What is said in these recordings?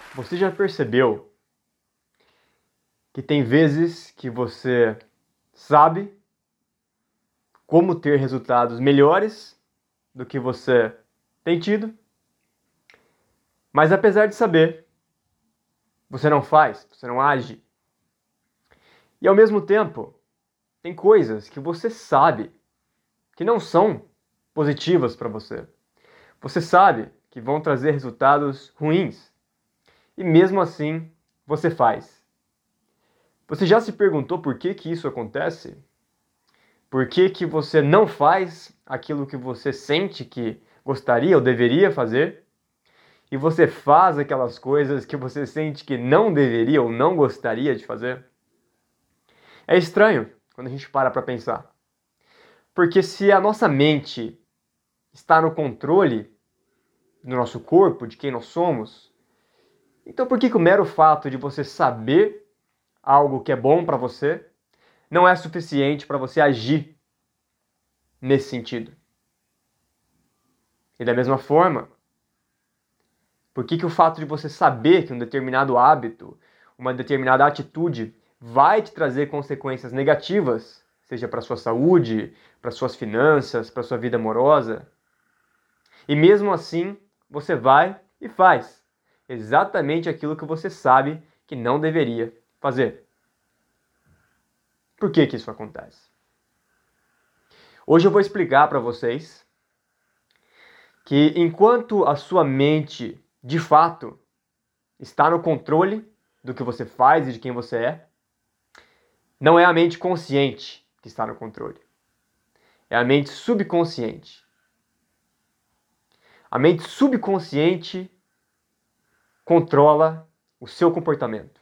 Você já percebeu que tem vezes que você sabe como ter resultados melhores do que você tem tido, mas apesar de saber, você não faz, você não age. E ao mesmo tempo, tem coisas que você sabe que não são positivas para você. Você sabe que vão trazer resultados ruins. E mesmo assim, você faz. Você já se perguntou por que que isso acontece? Por que que você não faz aquilo que você sente que gostaria ou deveria fazer? E você faz aquelas coisas que você sente que não deveria ou não gostaria de fazer? É estranho quando a gente para pensar. Porque se a nossa mente está no controle do nosso corpo, de quem nós somos, então por que que o mero fato de você saber algo que é bom para você não é suficiente para você agir nesse sentido? E da mesma forma, por que que o fato de você saber que um determinado hábito, uma determinada atitude vai te trazer consequências negativas, seja para sua saúde, para suas finanças, para sua vida amorosa, e mesmo assim você vai e faz exatamente aquilo que você sabe que não deveria fazer? Por que que isso acontece? Hoje eu vou explicar para vocês que enquanto a sua mente, de fato, está no controle do que você faz e de quem você é, não é a mente consciente que está no controle. É a mente subconsciente. A mente subconsciente controla o seu comportamento.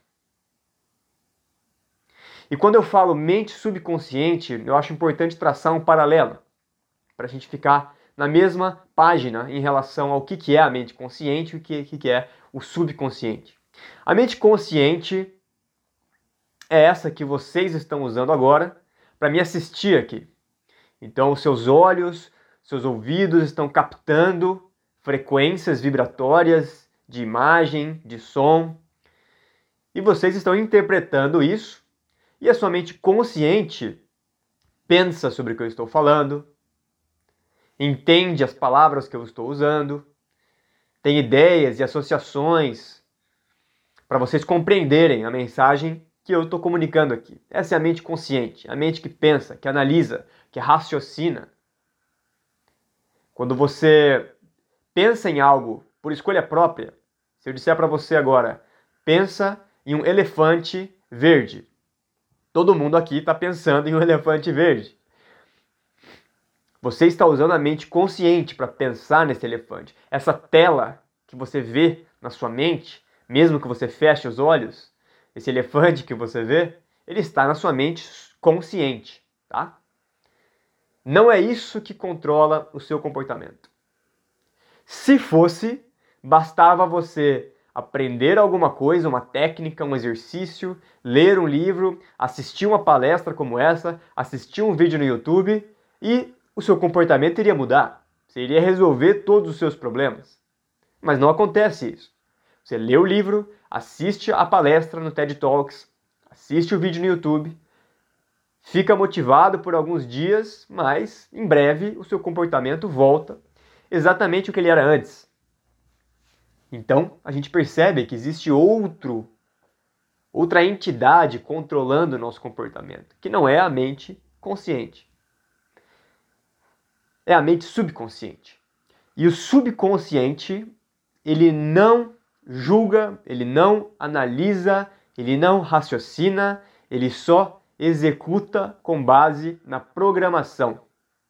E quando eu falo mente subconsciente, eu acho importante traçar um paralelo para a gente ficar na mesma página em relação ao que é a mente consciente e o que é o subconsciente. A mente consciente é essa que vocês estão usando agora para me assistir aqui. Então, os seus olhos, seus ouvidos estão captando frequências vibratórias de imagem, de som, e vocês estão interpretando isso, e a sua mente consciente pensa sobre o que eu estou falando, entende as palavras que eu estou usando, tem ideias e associações para vocês compreenderem a mensagem que eu estou comunicando aqui. Essa é a mente consciente, a mente que pensa, que analisa, que raciocina. Quando você pensa em algo por escolha própria, se eu disser para você agora, pensa em um elefante verde. Todo mundo aqui está pensando em um elefante verde. Você está usando a mente consciente para pensar nesse elefante. Essa tela que você vê na sua mente, mesmo que você feche os olhos, esse elefante que você vê, ele está na sua mente consciente, tá? Não é isso que controla o seu comportamento. Se fosse, bastava você aprender alguma coisa, uma técnica, um exercício, ler um livro, assistir uma palestra como essa, assistir um vídeo no YouTube e o seu comportamento iria mudar. Você iria resolver todos os seus problemas. Mas não acontece isso. Você lê o livro, assiste a palestra no TED Talks, assiste o vídeo no YouTube, fica motivado por alguns dias, mas em breve o seu comportamento volta exatamente o que ele era antes. Então, a gente percebe que existe outra entidade controlando o nosso comportamento, que não é a mente consciente. É a mente subconsciente. E o subconsciente, ele não julga, ele não analisa, ele não raciocina, ele só executa com base na programação.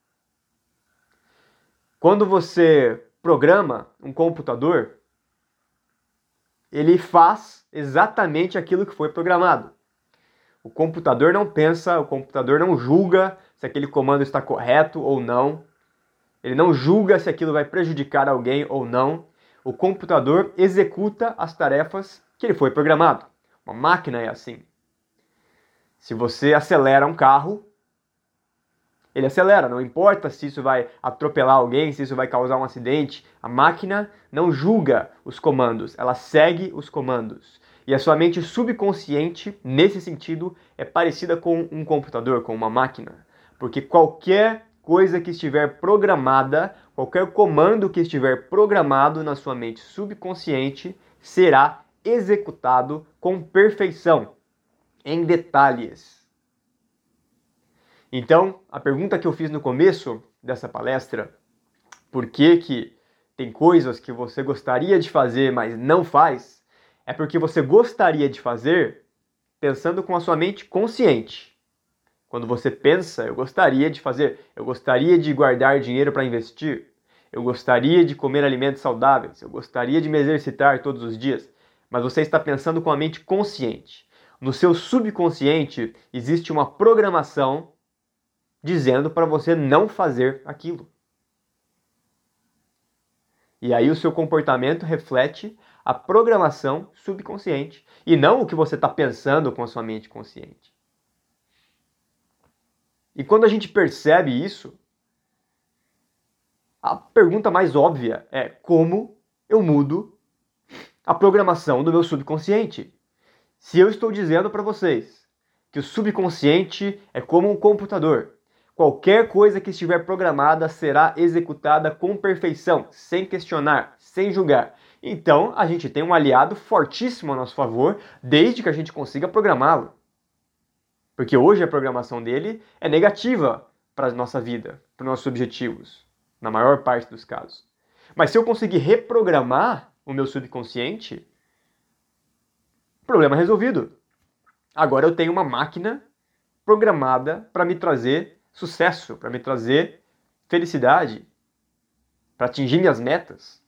Quando você programa um computador, ele faz exatamente aquilo que foi programado. O computador não pensa, o computador não julga se aquele comando está correto ou não. Ele não julga se aquilo vai prejudicar alguém ou não. O computador executa as tarefas que ele foi programado. Uma máquina é assim. Se você acelera um carro, ele acelera. Não importa se isso vai atropelar alguém, se isso vai causar um acidente. A máquina não julga os comandos, ela segue os comandos. E a sua mente subconsciente, nesse sentido, é parecida com um computador, com uma máquina. Porque qualquer coisa que estiver programada, qualquer comando que estiver programado na sua mente subconsciente, será executado com perfeição, em detalhes. Então, a pergunta que eu fiz no começo dessa palestra, por que tem coisas que você gostaria de fazer, mas não faz, é porque você gostaria de fazer pensando com a sua mente consciente. Quando você pensa, eu gostaria de fazer, eu gostaria de guardar dinheiro para investir, eu gostaria de comer alimentos saudáveis, eu gostaria de me exercitar todos os dias, mas você está pensando com a mente consciente. No seu subconsciente existe uma programação dizendo para você não fazer aquilo. E aí o seu comportamento reflete a programação subconsciente e não o que você está pensando com a sua mente consciente. E quando a gente percebe isso, a pergunta mais óbvia é como eu mudo a programação do meu subconsciente? Se eu estou dizendo para vocês que o subconsciente é como um computador, qualquer coisa que estiver programada será executada com perfeição, sem questionar, sem julgar. Então, a gente tem um aliado fortíssimo a nosso favor, desde que a gente consiga programá-lo. Porque hoje a programação dele é negativa para a nossa vida, para os nossos objetivos, na maior parte dos casos. Mas se eu conseguir reprogramar o meu subconsciente, problema resolvido. Agora eu tenho uma máquina programada para me trazer sucesso, para me trazer felicidade, para atingir minhas metas.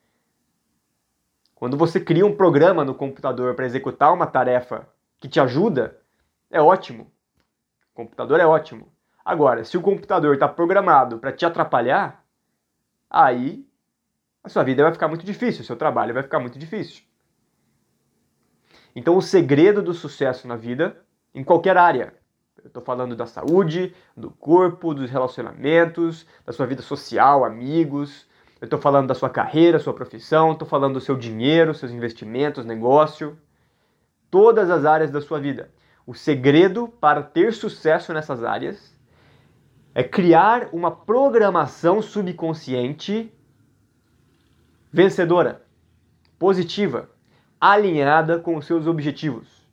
Quando você cria um programa no computador para executar uma tarefa que te ajuda, é ótimo. O computador é ótimo. Agora, se o computador está programado para te atrapalhar, aí a sua vida vai ficar muito difícil, o seu trabalho vai ficar muito difícil. Então, o segredo do sucesso na vida, em qualquer área, eu estou falando da saúde, do corpo, dos relacionamentos, da sua vida social, amigos, eu estou falando da sua carreira, sua profissão, estou falando do seu dinheiro, seus investimentos, negócio, todas as áreas da sua vida. O segredo para ter sucesso nessas áreas é criar uma programação subconsciente vencedora, positiva, alinhada com os seus objetivos.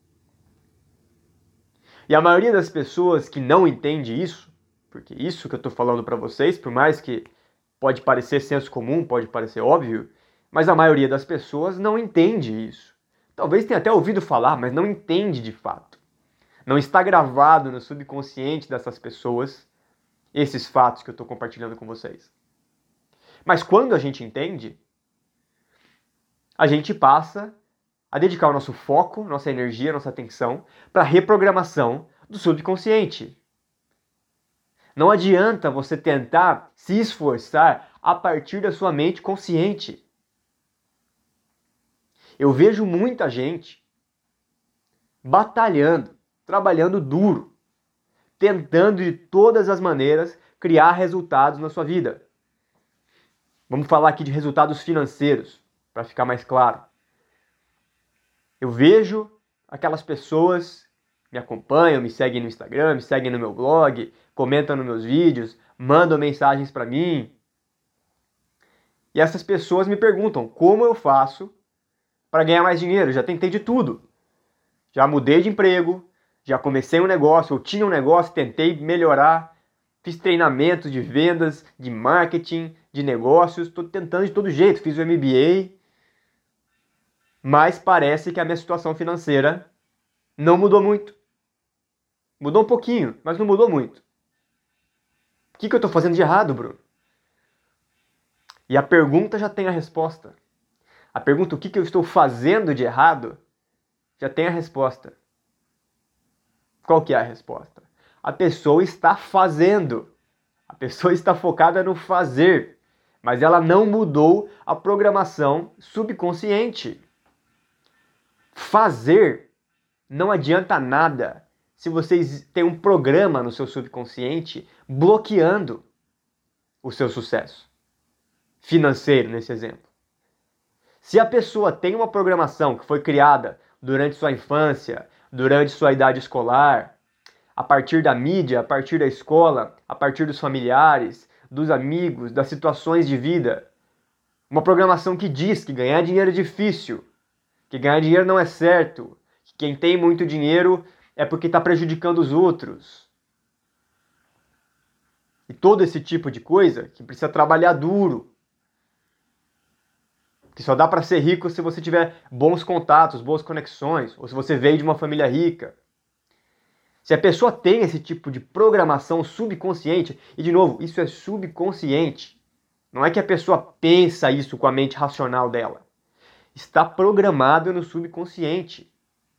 E a maioria das pessoas que não entende isso, porque isso que eu estou falando para vocês, por mais que pode parecer senso comum, pode parecer óbvio, mas a maioria das pessoas não entende isso. Talvez tenha até ouvido falar, mas não entende de fato. Não está gravado no subconsciente dessas pessoas esses fatos que eu estou compartilhando com vocês. Mas quando a gente entende, a gente passa a dedicar o nosso foco, nossa energia, nossa atenção para a reprogramação do subconsciente. Não adianta você tentar se esforçar a partir da sua mente consciente. Eu vejo muita gente batalhando, trabalhando duro, tentando de todas as maneiras criar resultados na sua vida. Vamos falar aqui de resultados financeiros, para ficar mais claro. Eu vejo aquelas pessoas que me acompanham, me seguem no Instagram, me seguem no meu blog, comentam nos meus vídeos, mandam mensagens para mim. E essas pessoas me perguntam como eu faço para ganhar mais dinheiro. Já tentei de tudo. Já mudei de emprego, já comecei um negócio, eu tinha um negócio, tentei melhorar, fiz treinamentos de vendas, de marketing, de negócios, estou tentando de todo jeito, fiz o MBA, mas parece que a minha situação financeira não mudou muito. Mudou um pouquinho, mas não mudou muito. O que eu estou fazendo de errado, Bruno? E a pergunta já tem a resposta. A pergunta, o que eu estou fazendo de errado, já tem a resposta. Qual que é a resposta? A pessoa está fazendo. A pessoa está focada no fazer. Mas ela não mudou a programação subconsciente. Fazer não adianta nada se vocês têm um programa no seu subconsciente bloqueando o seu sucesso financeiro, nesse exemplo. Se a pessoa tem uma programação que foi criada durante sua infância, durante sua idade escolar, a partir da mídia, a partir da escola, a partir dos familiares, dos amigos, das situações de vida, uma programação que diz que ganhar dinheiro é difícil, que ganhar dinheiro não é certo, que quem tem muito dinheiro é porque está prejudicando os outros. E todo esse tipo de coisa que precisa trabalhar duro. Que só dá para ser rico se você tiver bons contatos, boas conexões, ou se você veio de uma família rica. Se a pessoa tem esse tipo de programação subconsciente, e de novo, isso é subconsciente. Não é que a pessoa pensa isso com a mente racional dela. Está programado no subconsciente.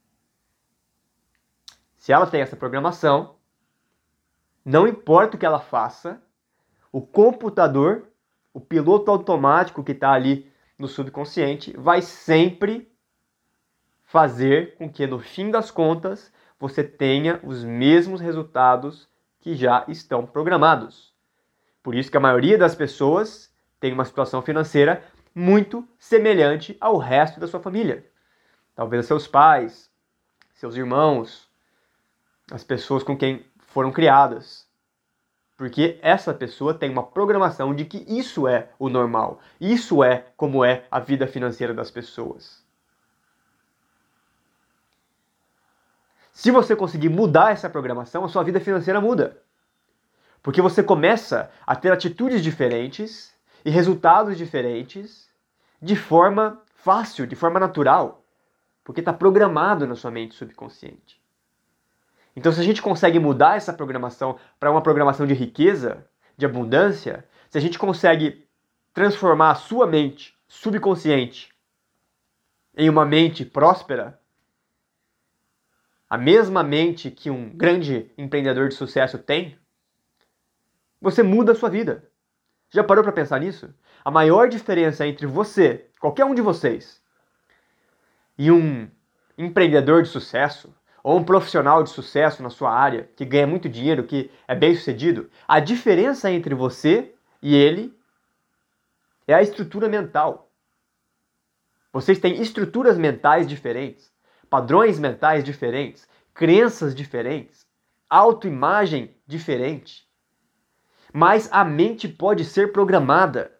Se ela tem essa programação, não importa o que ela faça, o computador, o piloto automático que está ali no subconsciente, vai sempre fazer com que, no fim das contas, você tenha os mesmos resultados que já estão programados. Por isso que a maioria das pessoas tem uma situação financeira muito semelhante ao resto da sua família. Talvez seus pais, seus irmãos, as pessoas com quem foram criadas. Porque essa pessoa tem uma programação de que isso é o normal. Isso é como é a vida financeira das pessoas. Se você conseguir mudar essa programação, a sua vida financeira muda. Porque você começa a ter atitudes diferentes e resultados diferentes de forma fácil, de forma natural. Porque está programado na sua mente subconsciente. Então, se a gente consegue mudar essa programação para uma programação de riqueza, de abundância, se a gente consegue transformar a sua mente subconsciente em uma mente próspera, a mesma mente que um grande empreendedor de sucesso tem, você muda a sua vida. Já parou para pensar nisso? A maior diferença entre você, qualquer um de vocês, e um empreendedor de sucesso, ou um profissional de sucesso na sua área, que ganha muito dinheiro, que é bem sucedido, a diferença entre você e ele é a estrutura mental. Vocês têm estruturas mentais diferentes, padrões mentais diferentes, crenças diferentes, autoimagem diferente. Mas a mente pode ser programada.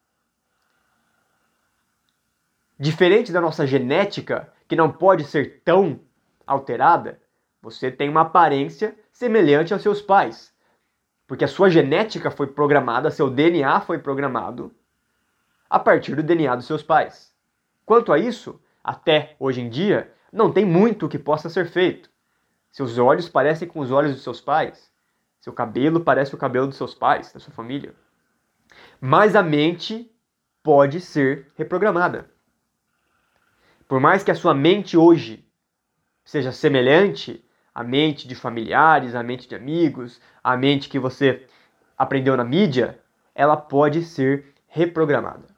Diferente da nossa genética, que não pode ser tão alterada, você tem uma aparência semelhante aos seus pais. Porque a sua genética foi programada, seu DNA foi programado a partir do DNA dos seus pais. Quanto a isso, até hoje em dia, não tem muito que possa ser feito. Seus olhos parecem com os olhos dos seus pais. Seu cabelo parece o cabelo dos seus pais, da sua família. Mas a mente pode ser reprogramada. Por mais que a sua mente hoje seja semelhante à mente de familiares, à mente de amigos, à mente que você aprendeu na mídia, ela pode ser reprogramada.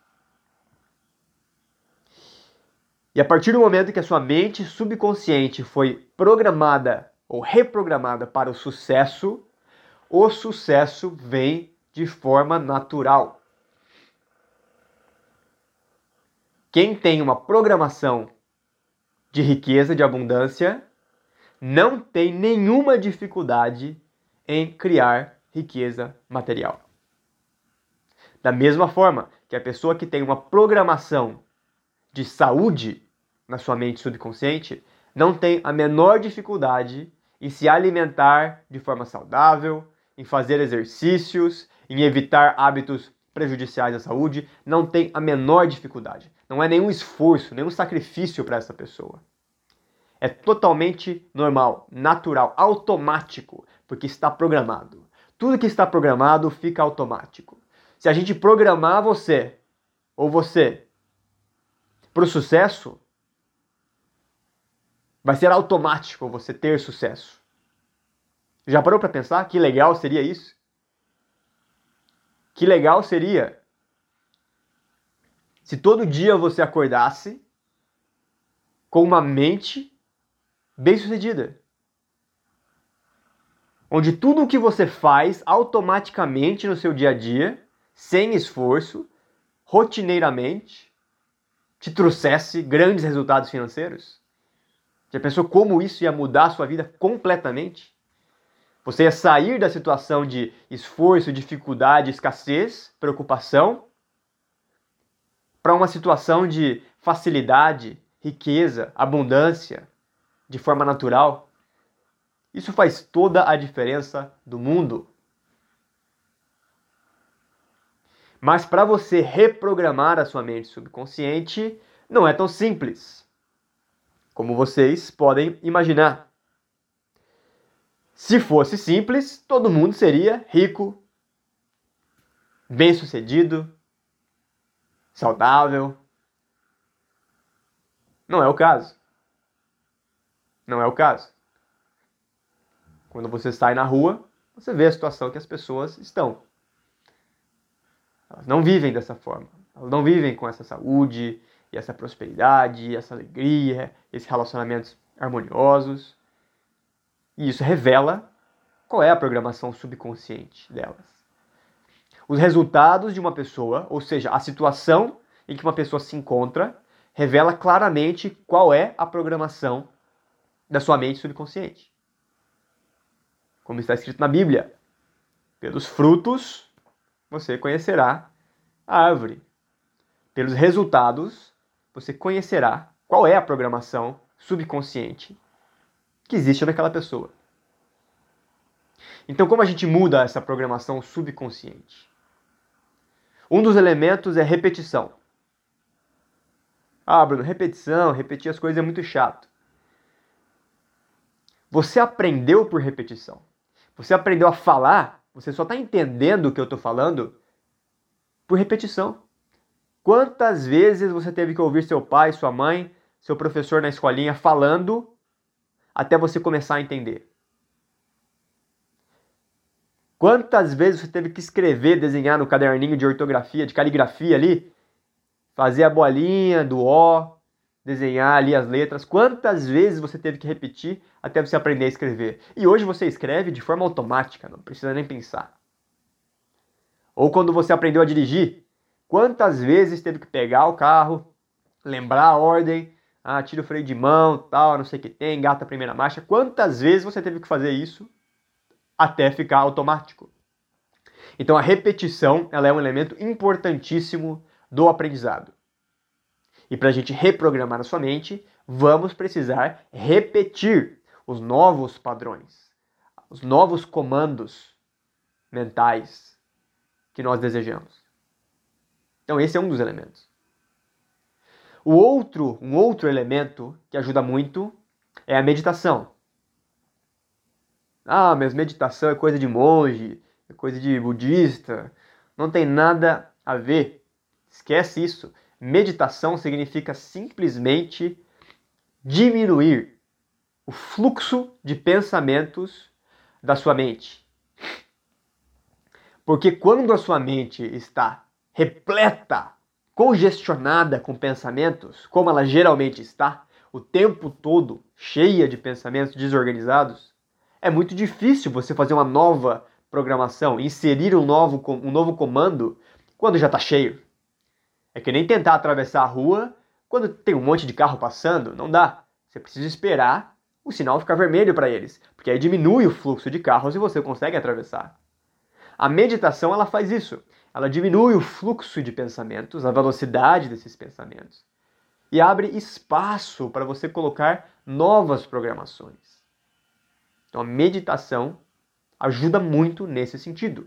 E a partir do momento que a sua mente subconsciente foi programada ou reprogramada para o sucesso vem de forma natural. Quem tem uma programação de riqueza, de abundância, não tem nenhuma dificuldade em criar riqueza material. Da mesma forma que a pessoa que tem uma programação de saúde na sua mente subconsciente não tem a menor dificuldade em se alimentar de forma saudável, em fazer exercícios, em evitar hábitos prejudiciais à saúde, não tem a menor dificuldade. Não é nenhum esforço, nenhum sacrifício para essa pessoa. É totalmente normal, natural, automático, porque está programado. Tudo que está programado fica automático. Se a gente programar você, ou você, para o sucesso, vai ser automático você ter sucesso. Já parou para pensar que legal seria isso? Que legal seria se todo dia você acordasse com uma mente bem-sucedida. onde tudo o que você faz automaticamente no seu dia a dia, sem esforço, rotineiramente, te trouxesse grandes resultados financeiros? Já pensou como isso ia mudar a sua vida completamente? Você ia sair da situação de esforço, dificuldade, escassez, preocupação, para uma situação de facilidade, riqueza, abundância, de forma natural. Isso faz toda a diferença do mundo. Mas para você reprogramar a sua mente subconsciente, não é tão simples como vocês podem imaginar. Se fosse simples, todo mundo seria rico, bem-sucedido, saudável. Não é o caso. Não é o caso. Quando você sai na rua, você vê a situação que as pessoas estão. Elas não vivem dessa forma. Elas não vivem com essa saúde, e essa prosperidade, essa alegria, esses relacionamentos harmoniosos. E isso revela qual é a programação subconsciente delas. Os resultados de uma pessoa, ou seja, a situação em que uma pessoa se encontra, revela claramente qual é a programação da sua mente subconsciente. Como está escrito na Bíblia, pelos frutos você conhecerá a árvore. Pelos resultados, você conhecerá qual é a programação subconsciente que existe naquela pessoa. Então, como a gente muda essa programação subconsciente? Um dos elementos é repetição. Ah, Bruno, repetição, repetir as coisas é muito chato. Você aprendeu por repetição. Você aprendeu a falar, você só está entendendo o que eu estou falando por repetição. Quantas vezes você teve que ouvir seu pai, sua mãe, seu professor na escolinha falando até você começar a entender? Quantas vezes você teve que escrever, desenhar no caderninho de ortografia, de caligrafia ali, fazer a bolinha do O, desenhar ali as letras? Quantas vezes você teve que repetir até você aprender a escrever? E hoje você escreve de forma automática, não precisa nem pensar. Ou quando você aprendeu a dirigir, quantas vezes teve que pegar o carro, lembrar a ordem, tira o freio de mão, tal, não sei o que tem, engata a primeira marcha. Quantas vezes você teve que fazer isso até ficar automático? Então a repetição, ela é um elemento importantíssimo do aprendizado. E para a gente reprogramar a sua mente, vamos precisar repetir os novos padrões, os novos comandos mentais que nós desejamos. Então esse é um dos elementos. Um outro elemento que ajuda muito é a meditação. Ah, mas meditação é coisa de monge, é coisa de budista, não tem nada a ver. Esquece isso. Meditação significa simplesmente diminuir o fluxo de pensamentos da sua mente. Porque quando a sua mente está repleta, congestionada com pensamentos, como ela geralmente está, o tempo todo cheia de pensamentos desorganizados, é muito difícil você fazer uma nova programação, inserir um novo comando quando já está cheio. É que nem tentar atravessar a rua quando tem um monte de carro passando, não dá. Você precisa esperar o sinal ficar vermelho para eles, porque aí diminui o fluxo de carros e você consegue atravessar. A meditação, ela faz isso. Ela diminui o fluxo de pensamentos, a velocidade desses pensamentos, e abre espaço para você colocar novas programações. Então a meditação ajuda muito nesse sentido.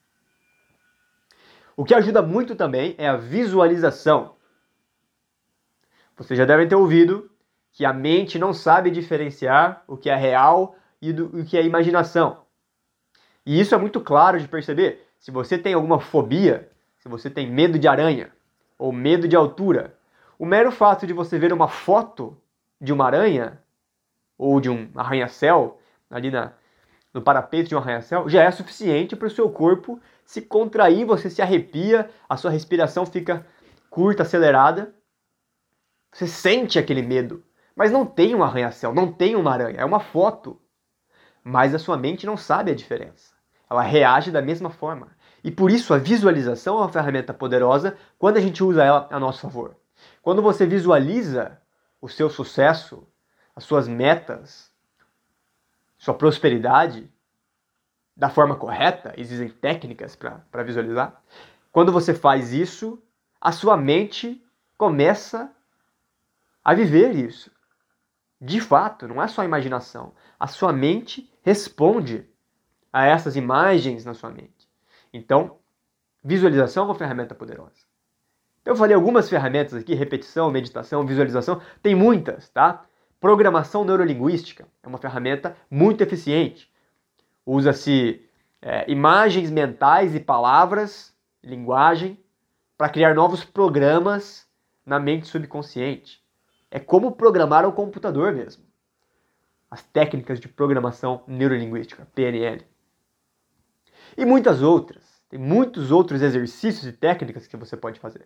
O que ajuda muito também é a visualização. Vocês já devem ter ouvido que a mente não sabe diferenciar o que é real e o que é imaginação. E isso é muito claro de perceber. Se você tem alguma fobia, se você tem medo de aranha ou medo de altura, o mero fato de você ver uma foto de uma aranha ou de um arranha-céu ali no parapeito de um arranha-céu já é suficiente para o seu corpo se contrair, você se arrepia, a sua respiração fica curta, acelerada. Você sente aquele medo, mas não tem um arranha-céu, não tem uma aranha, é uma foto. mas a sua mente não sabe a diferença. Ela reage da mesma forma. E por isso a visualização é uma ferramenta poderosa quando a gente usa ela a nosso favor. Quando você visualiza o seu sucesso, as suas metas, sua prosperidade, da forma correta, existem técnicas para visualizar. Quando você faz isso, a sua mente começa a viver isso. De fato, não é só imaginação. A sua mente responde a essas imagens na sua mente. Então, visualização é uma ferramenta poderosa. Eu falei algumas ferramentas aqui, repetição, meditação, visualização, tem muitas, tá? Programação neurolinguística é uma ferramenta muito eficiente. Usa-se imagens mentais e palavras, linguagem, para criar novos programas na mente subconsciente. É como programar o computador mesmo. As técnicas de programação neurolinguística, PNL. E muitas outras. Tem muitos outros exercícios e técnicas que você pode fazer.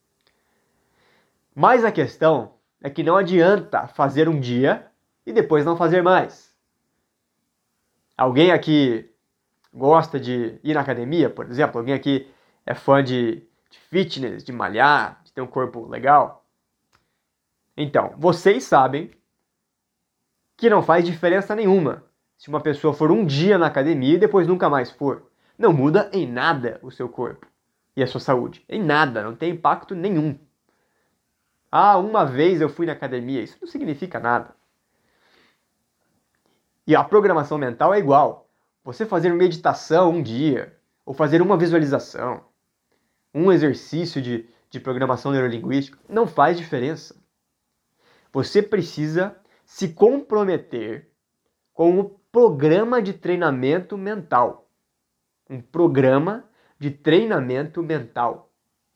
Mas a questão é que não adianta fazer um dia e depois não fazer mais. Alguém aqui gosta de ir na academia, por exemplo? Alguém aqui é fã de fitness, de malhar, de ter um corpo legal? Então, vocês sabem que não faz diferença nenhuma se uma pessoa for um dia na academia e depois nunca mais for. Não muda em nada o seu corpo e a sua saúde. Em nada, não tem impacto nenhum. Ah, uma vez eu fui na academia, isso não significa nada. E a programação mental é igual. Você fazer meditação um dia, ou fazer uma visualização, um exercício de programação neurolinguística, não faz diferença. Você precisa se comprometer com o programa de treinamento mental. Um programa de treinamento mental.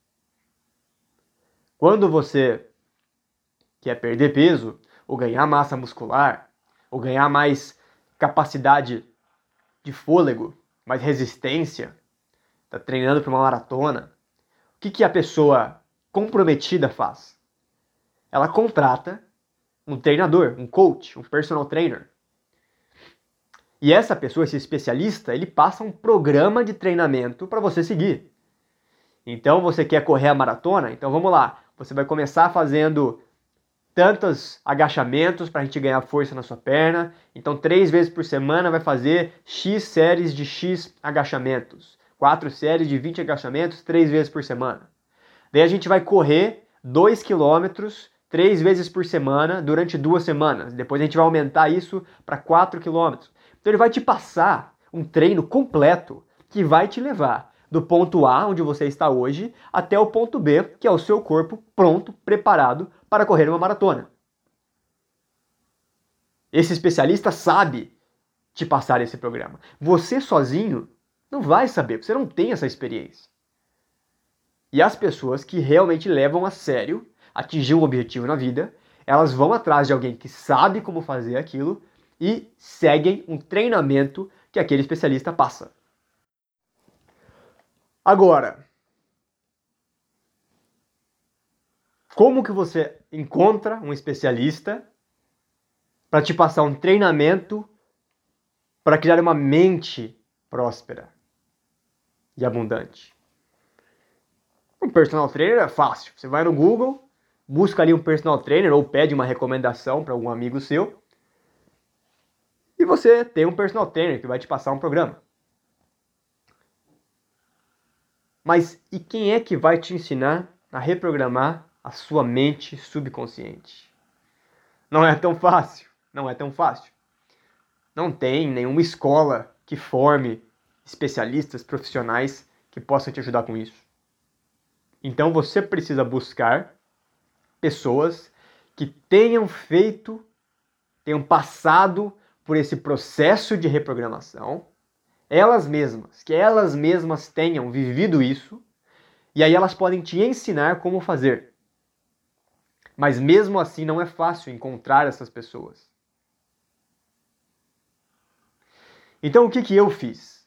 Quando você quer perder peso, ou ganhar massa muscular, ou ganhar mais capacidade de fôlego, mais resistência, está treinando para uma maratona, o que a pessoa comprometida faz? Ela contrata um treinador, um coach, um personal trainer. E essa pessoa, esse especialista, ele passa um programa de treinamento para você seguir. Então você quer correr a maratona? Então vamos lá. Você vai começar fazendo tantos agachamentos para a gente ganhar força na sua perna. Então 3 vezes por semana vai fazer X séries de X agachamentos. 4 séries de 20 agachamentos, 3 vezes por semana. Daí a gente vai correr 2 quilômetros 3 vezes por semana durante 2 semanas. Depois a gente vai aumentar isso para 4 quilômetros. Então ele vai te passar um treino completo que vai te levar do ponto A, onde você está hoje, até o ponto B, que é o seu corpo pronto, preparado para correr uma maratona. Esse especialista sabe te passar esse programa. Você sozinho não vai saber, você não tem essa experiência. E as pessoas que realmente levam a sério atingir um objetivo na vida, elas vão atrás de alguém que sabe como fazer aquilo e seguem um treinamento que aquele especialista passa. Agora, como que você encontra um especialista para te passar um treinamento para criar uma mente próspera e abundante? Um personal trainer é fácil. Você vai no Google, busca ali um personal trainer ou pede uma recomendação para algum amigo seu e você tem um personal trainer que vai te passar um programa. Mas e quem é que vai te ensinar a reprogramar a sua mente subconsciente? Não é tão fácil, não é tão fácil. Não tem nenhuma escola que forme especialistas profissionais que possam te ajudar com isso. Então você precisa buscar pessoas que tenham passado por esse processo de reprogramação, que elas mesmas tenham vivido isso, e aí elas podem te ensinar como fazer. Mas mesmo assim não é fácil encontrar essas pessoas. Então o que eu fiz?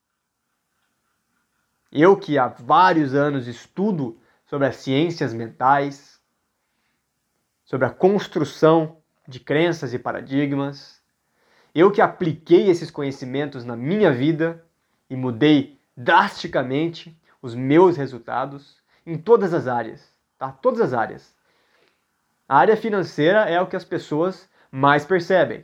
Eu que há vários anos estudo sobre as ciências mentais, sobre a construção de crenças e paradigmas, Eu que apliquei esses conhecimentos na minha vida e mudei drasticamente os meus resultados em todas as áreas, tá? Todas as áreas. A área financeira é o que as pessoas mais percebem.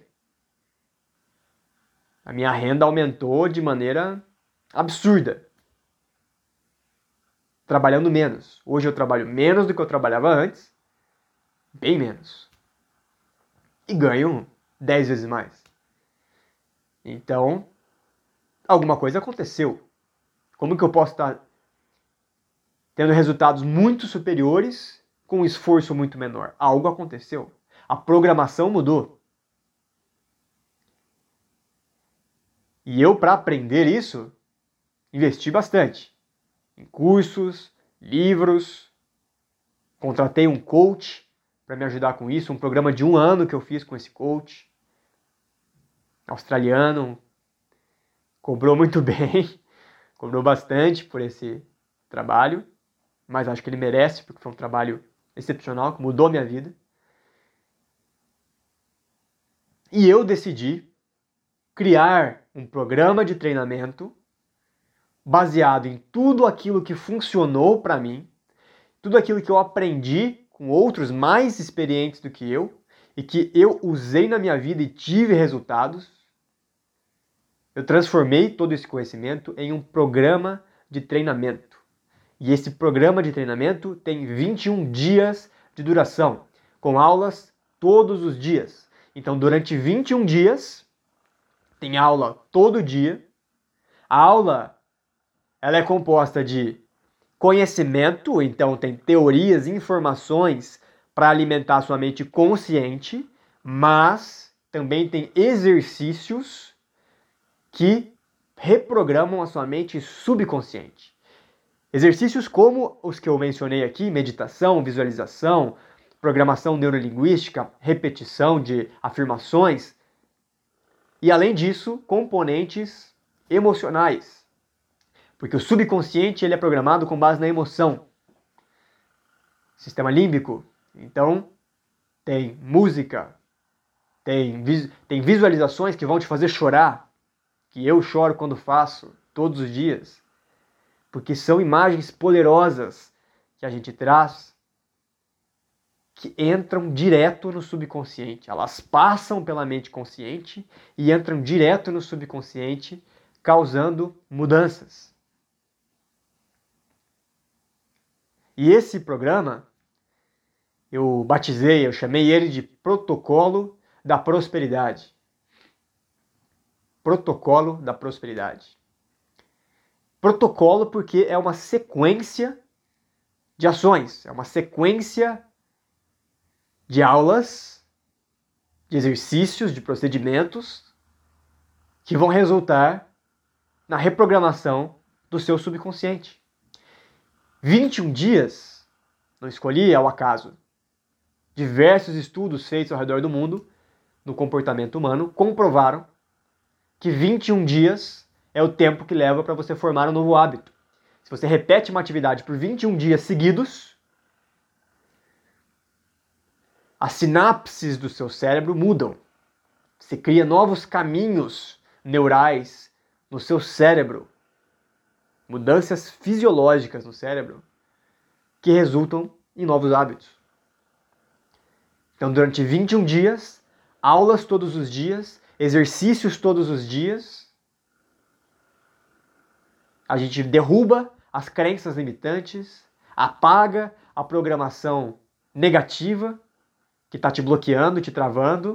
A minha renda aumentou de maneira absurda. Trabalhando menos. Hoje eu trabalho menos do que eu trabalhava antes. Bem menos. E ganho 10 vezes mais. Então, alguma coisa aconteceu. Como que eu posso estar tendo resultados muito superiores com um esforço muito menor? Algo aconteceu. A programação mudou. E eu, para aprender isso, investi bastante. Em cursos, livros, contratei um coach para me ajudar com isso, um programa de 1 ano que eu fiz com esse coach, australiano, cobrou muito bem, cobrou bastante por esse trabalho, mas acho que ele merece, porque foi um trabalho excepcional, que mudou a minha vida. E eu decidi criar um programa de treinamento baseado em tudo aquilo que funcionou para mim, tudo aquilo que eu aprendi com outros mais experientes do que eu e que eu usei na minha vida e tive resultados. Eu transformei todo esse conhecimento em um programa de treinamento. E esse programa de treinamento tem 21 dias de duração, com aulas todos os dias. Então, durante 21 dias, tem aula todo dia. A aula ela é composta de conhecimento, então tem teorias, informações para alimentar a sua mente consciente, mas também tem exercícios que reprogramam a sua mente subconsciente. Exercícios como os que eu mencionei aqui, meditação, visualização, programação neurolinguística, repetição de afirmações, e além disso, componentes emocionais. Porque o subconsciente ele é programado com base na emoção. Sistema límbico. Então, tem música, tem visualizações que vão te fazer chorar, que eu choro quando faço, todos os dias. Porque são imagens poderosas que a gente traz, que entram direto no subconsciente. Elas passam pela mente consciente e entram direto no subconsciente, causando mudanças. E esse programa, eu chamei ele de Protocolo da Prosperidade. Protocolo da Prosperidade. Protocolo porque é uma sequência de ações, é uma sequência de aulas, de exercícios, de procedimentos que vão resultar na reprogramação do seu subconsciente. 21 dias, não escolhi ao acaso. Diversos estudos feitos ao redor do mundo, no comportamento humano, comprovaram que 21 dias é o tempo que leva para você formar um novo hábito. Se você repete uma atividade por 21 dias seguidos, as sinapses do seu cérebro mudam. Você cria novos caminhos neurais no seu cérebro. Mudanças fisiológicas no cérebro que resultam em novos hábitos. Então, durante 21 dias, aulas todos os dias, exercícios todos os dias, a gente derruba as crenças limitantes, apaga a programação negativa que está te bloqueando, te travando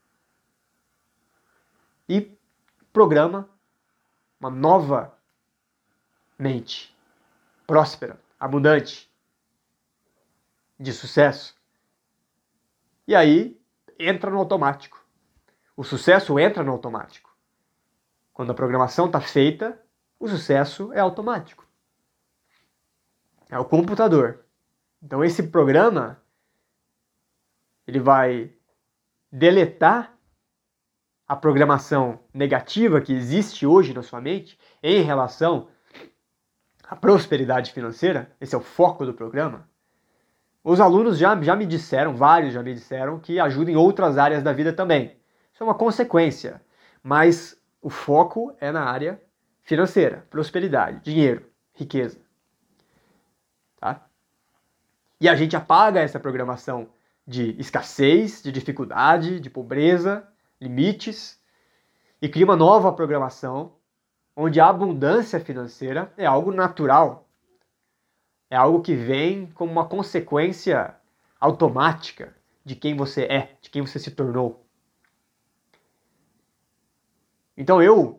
e programa uma nova mente próspera, abundante, de sucesso. E aí entra no automático. O sucesso entra no automático. Quando a programação está feita, o sucesso é automático. É o computador. Então esse programa ele vai deletar a programação negativa que existe hoje na sua mente em relação à prosperidade financeira. Esse é o foco do programa. Os alunos já me disseram, vários já me disseram, que ajuda em outras áreas da vida também. Isso é uma consequência. mas o foco é na área financeira, prosperidade, dinheiro, riqueza. Tá? E a gente apaga essa programação de escassez, de dificuldade, de pobreza, limites, e cria uma nova programação onde a abundância financeira é algo natural. É algo que vem como uma consequência automática de quem você é, de quem você se tornou. Então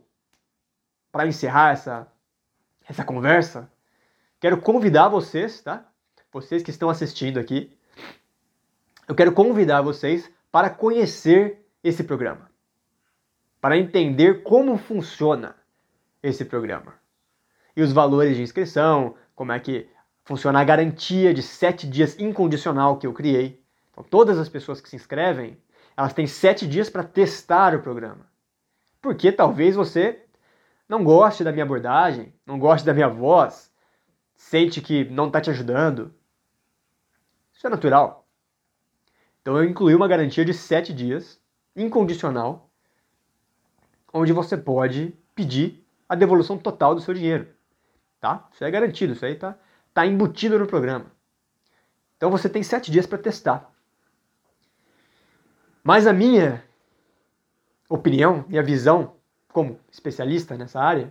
para encerrar essa conversa, quero convidar vocês, tá? Vocês que estão assistindo aqui, eu quero convidar vocês para conhecer esse programa, para entender como funciona esse programa e os valores de inscrição, como é que funciona a garantia de 7 dias incondicional que eu criei. Então, todas as pessoas que se inscrevem, elas têm 7 dias para testar o programa. Porque talvez você não goste da minha abordagem, não goste da minha voz, sente que não está te ajudando. Isso é natural. Então eu incluí uma garantia de 7 dias, incondicional, onde você pode pedir a devolução total do seu dinheiro. Tá? Isso é garantido, isso aí tá embutido no programa. Então você tem 7 dias para testar. Mas a minha opinião, minha visão como especialista nessa área,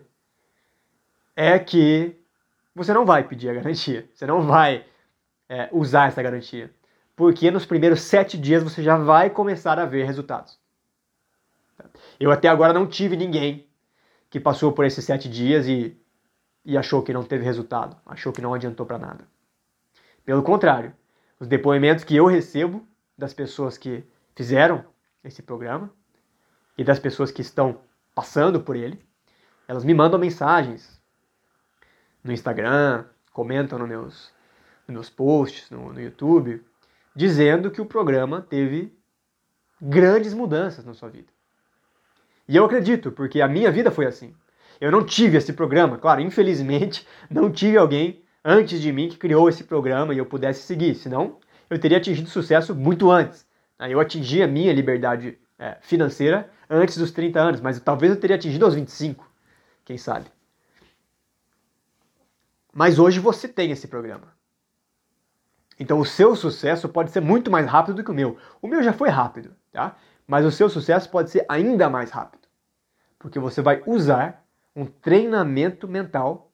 é que você não vai pedir a garantia. Você não vai usar essa garantia. Porque nos primeiros 7 dias você já vai começar a ver resultados. Eu até agora não tive ninguém que passou por esses 7 dias e achou que não teve resultado, achou que não adiantou para nada. Pelo contrário, os depoimentos que eu recebo das pessoas que fizeram esse programa e das pessoas que estão passando por ele, elas me mandam mensagens no Instagram, comentam nos meus posts no YouTube, dizendo que o programa teve grandes mudanças na sua vida. E eu acredito, porque a minha vida foi assim. Eu não tive esse programa, claro, infelizmente, não tive alguém antes de mim que criou esse programa e eu pudesse seguir, senão eu teria atingido sucesso muito antes. Eu atingi a minha liberdade financeira antes dos 30 anos, mas talvez eu teria atingido aos 25, quem sabe. Mas hoje você tem esse programa. Então o seu sucesso pode ser muito mais rápido do que o meu. O meu já foi rápido, tá? Mas o seu sucesso pode ser ainda mais rápido. Porque você vai usar um treinamento mental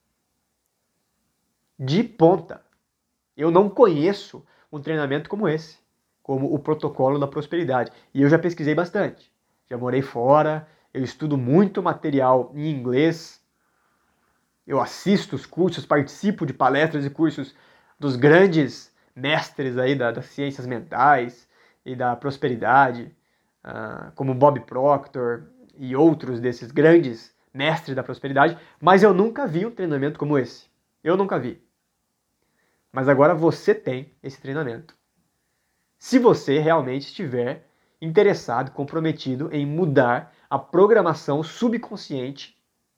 de ponta. Eu não conheço um treinamento como esse, como o protocolo da prosperidade. E eu já pesquisei bastante. Já morei fora, eu estudo muito material em inglês, eu assisto os cursos, participo de palestras e cursos dos grandes mestres aí das ciências mentais e da prosperidade, como Bob Proctor e outros desses grandes mestres da prosperidade, mas eu nunca vi um treinamento como esse. Eu nunca vi. Mas agora você tem esse treinamento. Se você realmente estiver interessado, comprometido em mudar a programação subconsciente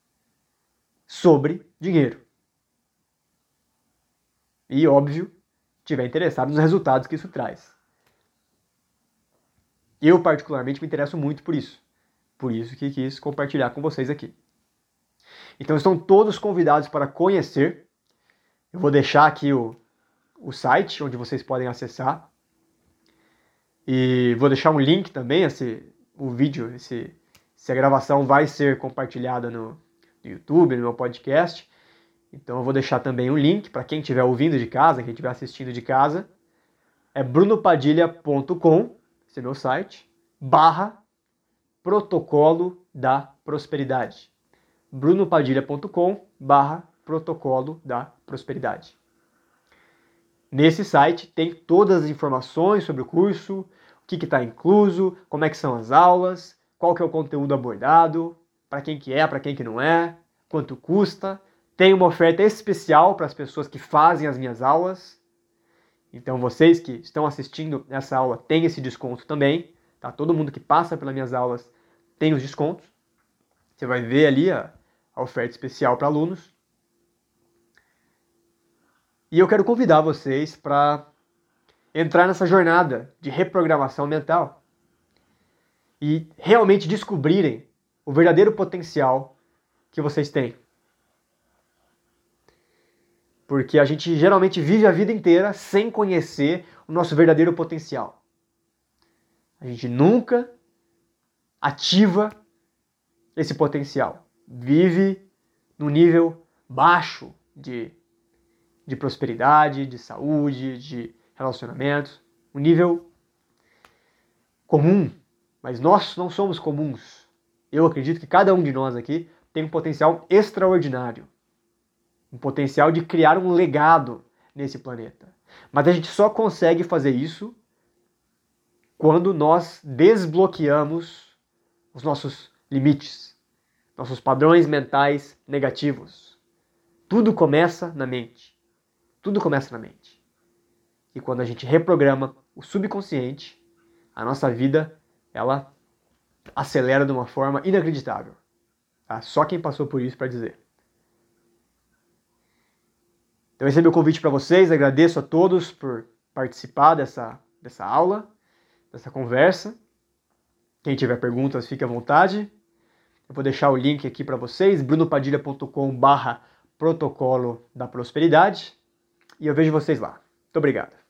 sobre dinheiro. E, óbvio, estiver interessado nos resultados que isso traz. Eu, particularmente, me interesso muito por isso. Por isso que quis compartilhar com vocês aqui. Então, estão todos convidados para conhecer. Eu vou deixar aqui o site onde vocês podem acessar. E vou deixar um link também, o vídeo, se a gravação vai ser compartilhada no YouTube, no meu podcast. Então eu vou deixar também um link para quem estiver ouvindo de casa, quem estiver assistindo de casa. É brunopadilha.com, esse é meu site, /protocolo da prosperidade. brunopadilha.com /protocolo da prosperidade. Nesse site tem todas as informações sobre o curso, o que está incluso, como é que são as aulas, qual que é o conteúdo abordado, para quem que é, para quem que não é, quanto custa. Tem uma oferta especial para as pessoas que fazem as minhas aulas. Então vocês que estão assistindo essa aula têm esse desconto também. Tá? Todo mundo que passa pelas minhas aulas tem os descontos. Você vai ver ali a oferta especial para alunos. E eu quero convidar vocês para entrar nessa jornada de reprogramação mental e realmente descobrirem o verdadeiro potencial que vocês têm. Porque a gente geralmente vive a vida inteira sem conhecer o nosso verdadeiro potencial. A gente nunca ativa esse potencial. Vive no nível baixo de prosperidade, de saúde, de relacionamentos. Um nível comum. Mas nós não somos comuns. Eu acredito que cada um de nós aqui tem um potencial extraordinário. Um potencial de criar um legado nesse planeta. Mas a gente só consegue fazer isso quando nós desbloqueamos os nossos limites, nossos padrões mentais negativos. Tudo começa na mente. Tudo começa na mente. E quando a gente reprograma o subconsciente, a nossa vida, ela acelera de uma forma inacreditável. Tá? Só quem passou por isso para dizer. Então esse é meu convite para vocês, agradeço a todos por participar dessa aula, dessa conversa. Quem tiver perguntas, fique à vontade. Eu vou deixar o link aqui para vocês, brunopadilha.com/protocolo da prosperidade. E eu vejo vocês lá. Muito obrigado.